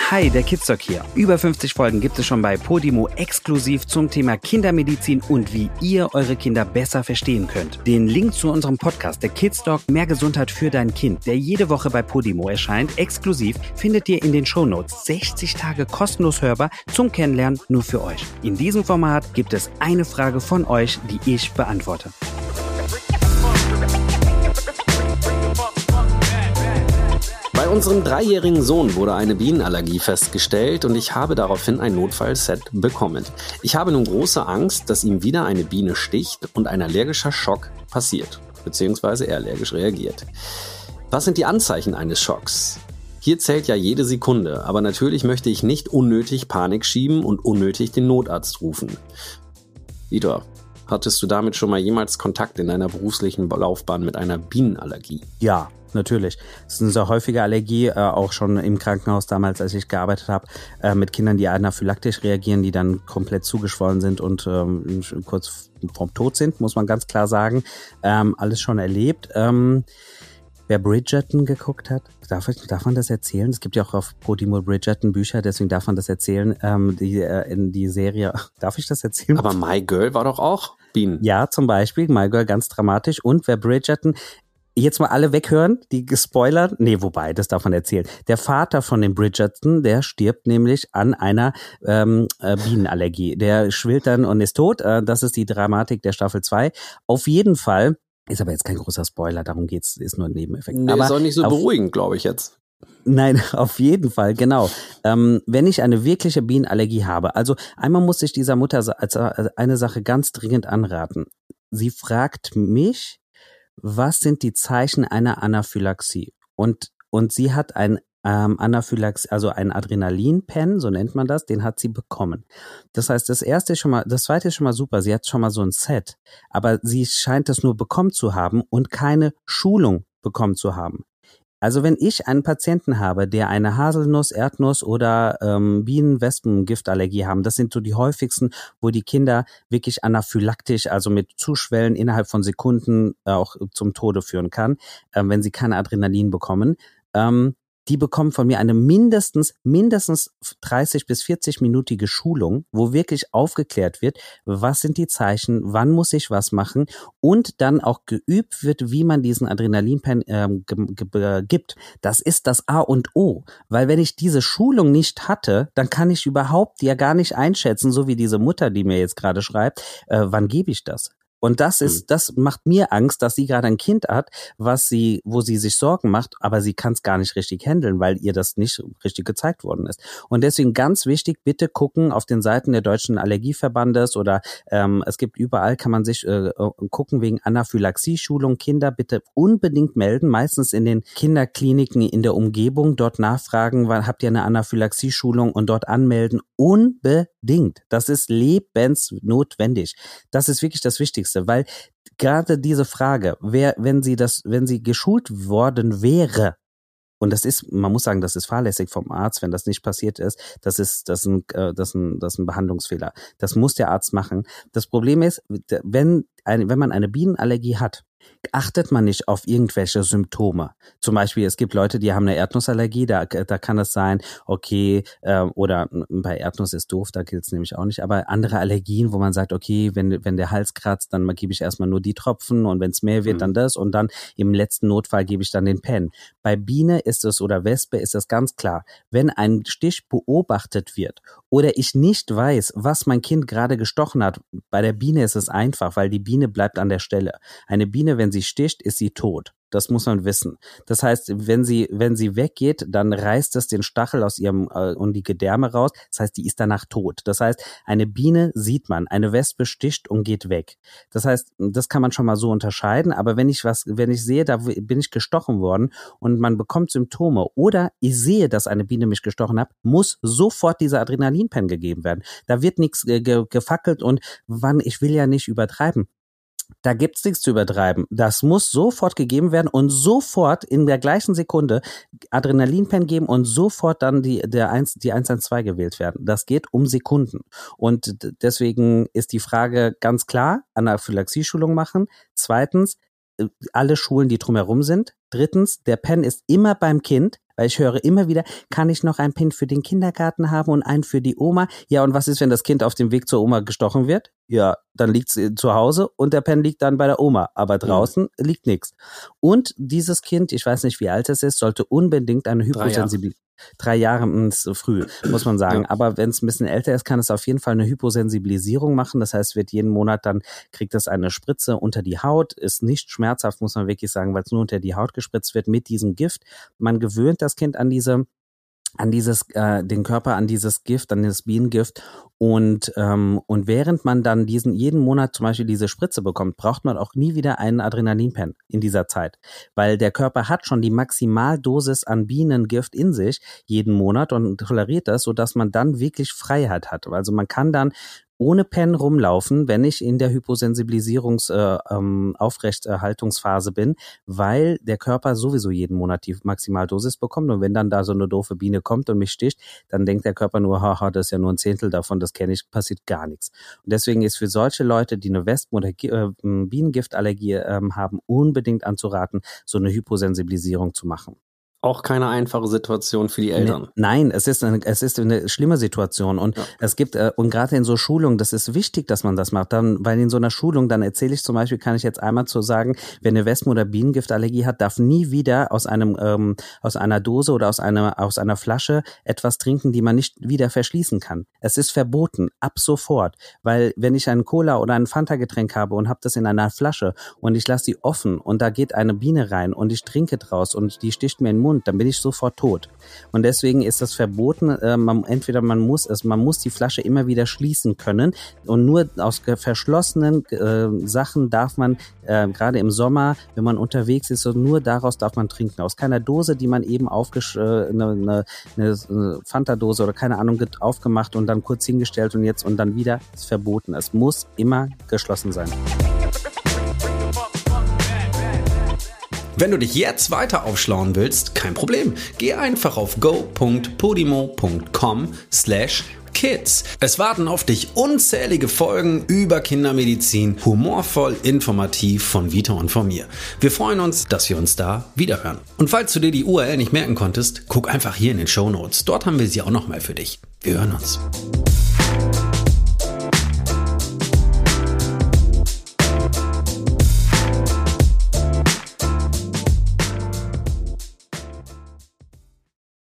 Hi, der Kidsdoc hier. Über 50 Folgen gibt es schon bei Podimo exklusiv zum Thema Kindermedizin und wie ihr eure Kinder besser verstehen könnt. Den Link zu unserem Podcast, der Kidsdoc Mehr Gesundheit für dein Kind, der jede Woche bei Podimo erscheint, exklusiv, findet ihr in den Shownotes. 60 Tage kostenlos hörbar zum Kennenlernen nur für euch. In diesem Format gibt es eine Frage von euch, die ich beantworte. Bei unserem 3-jährigen Sohn wurde eine Bienenallergie festgestellt und ich habe daraufhin ein Notfallset bekommen. Ich habe nun große Angst, dass ihm wieder eine Biene sticht und ein allergischer Schock passiert, beziehungsweise er allergisch reagiert. Was sind die Anzeichen eines Schocks? Hier zählt ja jede Sekunde, aber natürlich möchte ich nicht unnötig Panik schieben und unnötig den Notarzt rufen. Vitor, hattest du damit schon mal jemals Kontakt in deiner beruflichen Laufbahn mit einer Bienenallergie? Ja, natürlich. Das ist eine sehr häufige Allergie, auch schon im Krankenhaus damals, als ich gearbeitet habe, mit Kindern, die anaphylaktisch reagieren, die dann komplett zugeschwollen sind und kurz vorm Tod sind, muss man ganz klar sagen. Alles schon erlebt. Wer Bridgerton geguckt hat, darf man das erzählen? Es gibt ja auch auf Podimo Bridgerton Bücher, deswegen darf man das erzählen. In die Serie, darf ich das erzählen? Aber My Girl war doch auch Bienen. Ja, zum Beispiel, My Girl, ganz dramatisch. Und wer Bridgerton, jetzt mal alle weghören, die gespoilert. Nee, wobei, das darf man erzählen. Der Vater von dem Bridgerton, der stirbt nämlich an einer Bienenallergie. Der schwillt dann und ist tot. Das ist die Dramatik der Staffel 2. Auf jeden Fall, ist aber jetzt kein großer Spoiler, darum geht's, ist nur ein Nebeneffekt. Nee, aber ist auch nicht so beruhigend, glaube ich jetzt. Nein, auf jeden Fall, genau. Wenn ich eine wirkliche Bienenallergie habe, also einmal muss ich dieser Mutter als eine Sache ganz dringend anraten. Sie fragt mich, was sind die Zeichen einer Anaphylaxie? Und sie hat ein Anaphylaxie, also ein Adrenalin-Pen, so nennt man das, den hat sie bekommen. Das heißt, das zweite ist schon mal super, sie hat schon mal so ein Set, aber sie scheint es nur bekommen zu haben und keine Schulung bekommen zu haben. Also wenn ich einen Patienten habe, der eine Haselnuss, Erdnuss oder Bienen-Wespen-Giftallergie haben, das sind so die häufigsten, wo die Kinder wirklich anaphylaktisch, also mit Zuschwellen innerhalb von Sekunden auch zum Tode führen kann, wenn sie kein Adrenalin bekommen. Die bekommen von mir eine mindestens 30 bis 40-minütige Schulung, wo wirklich aufgeklärt wird, was sind die Zeichen, wann muss ich was machen und dann auch geübt wird, wie man diesen Adrenalinpen gibt. Das ist das A und O, weil wenn ich diese Schulung nicht hatte, dann kann ich überhaupt ja gar nicht einschätzen, so wie diese Mutter, die mir jetzt gerade schreibt, wann gebe ich das? Und das macht mir Angst, dass sie gerade ein Kind hat, wo sie sich Sorgen macht, aber sie kann es gar nicht richtig handeln, weil ihr das nicht richtig gezeigt worden ist. Und deswegen ganz wichtig, bitte gucken auf den Seiten der Deutschen Allergieverbandes oder es gibt überall, kann man sich gucken wegen Anaphylaxie-Schulung. Kinder bitte unbedingt melden, meistens in den Kinderkliniken in der Umgebung, dort nachfragen, wann habt ihr eine Anaphylaxie-Schulung und dort anmelden. Unbedingt. Das ist lebensnotwendig. Das ist wirklich das Wichtigste. Weil gerade diese Frage, wenn sie geschult worden wäre, und man muss sagen, das ist fahrlässig vom Arzt, wenn das nicht passiert ist, das ist ein Behandlungsfehler. Das muss der Arzt machen. Das Problem ist, wenn man eine Bienenallergie hat, achtet man nicht auf irgendwelche Symptome. Zum Beispiel, es gibt Leute, die haben eine Erdnussallergie, da kann es sein, okay, oder bei Erdnuss ist doof, da gilt es nämlich auch nicht, aber andere Allergien, wo man sagt, okay, wenn der Hals kratzt, dann gebe ich erstmal nur die Tropfen und wenn es mehr wird, dann das und dann im letzten Notfall gebe ich dann den Pen. Bei Biene ist es oder Wespe ist es ganz klar, wenn ein Stich beobachtet wird oder ich nicht weiß, was mein Kind gerade gestochen hat, bei der Biene ist es einfach, weil die Biene bleibt an der Stelle. Eine Biene, wenn sie sticht, ist sie tot. Das muss man wissen. Das heißt, wenn sie weggeht, dann reißt es den Stachel aus ihrem und die Gedärme raus. Das heißt, die ist danach tot. Das heißt, eine Biene sieht man, eine Wespe sticht und geht weg. Das heißt, das kann man schon mal so unterscheiden. Aber wenn ich sehe, da bin ich gestochen worden und man bekommt Symptome oder ich sehe, dass eine Biene mich gestochen hat, muss sofort dieser Adrenalinpen gegeben werden. Da wird nichts gefackelt und ich will ja nicht übertreiben. Da gibt's nichts zu übertreiben. Das muss sofort gegeben werden und sofort in der gleichen Sekunde Adrenalinpen geben und sofort dann die 112 gewählt werden. Das geht um Sekunden. Und deswegen ist die Frage ganz klar, Anaphylaxie-Schulung machen. Zweitens, alle Schulen, die drumherum sind. Drittens, der Pen ist immer beim Kind. weil ich höre immer wieder, kann ich noch einen Pin für den Kindergarten haben und einen für die Oma? Ja, und was ist, wenn das Kind auf dem Weg zur Oma gestochen wird? Ja, dann liegt es zu Hause und der Pen liegt dann bei der Oma, aber draußen liegt nichts. Und dieses Kind, ich weiß nicht, wie alt es ist, sollte unbedingt eine Hyposensibilität. 3 Jahre ist früh, muss man sagen. Ja. Aber wenn es ein bisschen älter ist, kann es auf jeden Fall eine Hyposensibilisierung machen. Das heißt, wird jeden Monat dann, kriegt es eine Spritze unter die Haut, ist nicht schmerzhaft, muss man wirklich sagen, weil es nur unter die Haut gespritzt wird mit diesem Gift. Man gewöhnt das Kind den Körper an dieses Gift, an dieses Bienengift und während man dann jeden Monat zum Beispiel diese Spritze bekommt, braucht man auch nie wieder einen Adrenalinpen in dieser Zeit, weil der Körper hat schon die Maximaldosis an Bienengift in sich jeden Monat und toleriert das, sodass man dann wirklich Freiheit hat. Also man kann dann ohne Pen rumlaufen, wenn ich in der Hyposensibilisierungs-Aufrechterhaltungsphase bin, weil der Körper sowieso jeden Monat die Maximaldosis bekommt und wenn dann da so eine doofe Biene kommt und mich sticht, dann denkt der Körper nur, haha, das ist ja nur ein Zehntel davon, das kenne ich, passiert gar nichts. Und deswegen ist für solche Leute, die eine Wespen- oder Bienengiftallergie haben, unbedingt anzuraten, so eine Hyposensibilisierung zu machen. Auch keine einfache Situation für die Eltern. Nein, es ist eine schlimme Situation und es gibt, und gerade in so Schulungen, das ist wichtig, dass man das macht, dann, weil in so einer Schulung, dann erzähle ich zum Beispiel, kann ich jetzt einmal zu sagen, wer eine Wespen- oder Bienengiftallergie hat, darf nie wieder aus einer Dose oder aus einer Flasche etwas trinken, die man nicht wieder verschließen kann. Es ist verboten, ab sofort, weil wenn ich einen Cola oder ein Fanta-Getränk habe und habe das in einer Flasche und ich lasse die offen und da geht eine Biene rein und ich trinke draus und die sticht mir in den Mund, dann bin ich sofort tot. Und deswegen ist das verboten. Man muss die Flasche immer wieder schließen können und nur aus verschlossenen Sachen darf man, gerade im Sommer, wenn man unterwegs ist, nur daraus darf man trinken. Aus keiner Dose, die man eben eine Fanta-Dose oder keine Ahnung aufgemacht und dann kurz hingestellt und dann wieder, ist verboten. Es muss immer geschlossen sein. Wenn du dich jetzt weiter aufschlauen willst, kein Problem. Geh einfach auf go.podimo.com/kids. Es warten auf dich unzählige Folgen über Kindermedizin, humorvoll, informativ von Vita und von mir. Wir freuen uns, dass wir uns da wiederhören. Und falls du dir die URL nicht merken konntest, guck einfach hier in den Shownotes. Dort haben wir sie auch nochmal für dich. Wir hören uns.